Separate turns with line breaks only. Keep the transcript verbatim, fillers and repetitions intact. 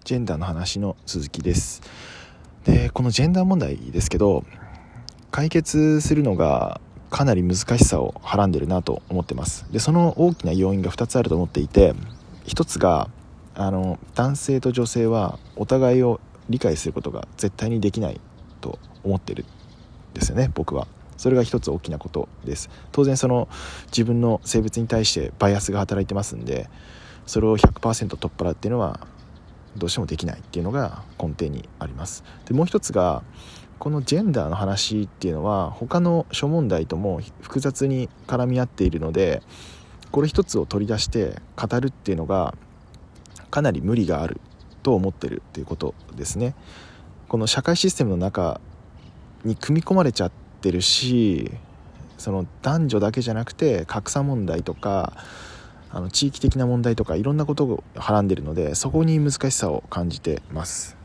ジェンダーの話の鈴木です。で、このジェンダー問題ですけど、解決するのがかなり難しさをはらんでるなと思ってます。で、その大きな要因がふたつあると思っていて、ひとつがあの男性と女性はお互いを理解することが絶対にできないと思ってるんですよね、僕は。それが一つ大きなことです。当然その自分の性別に対してバイアスが働いてますんで、それを ひゃくパーセント 取っ払うっていうのはどうしてもできないっていうのが根底にあります。で、もう一つがこのジェンダーの話っていうのは他の諸問題とも複雑に絡み合っているので、これ一つを取り出して語るっていうのがかなり無理があると思ってるっていうことですね。この社会システムの中に組み込まれちゃってるし、その男女だけじゃなくて格差問題とかあの地域的な問題とかいろんなことをはらんでるので、そこに難しさを感じてます。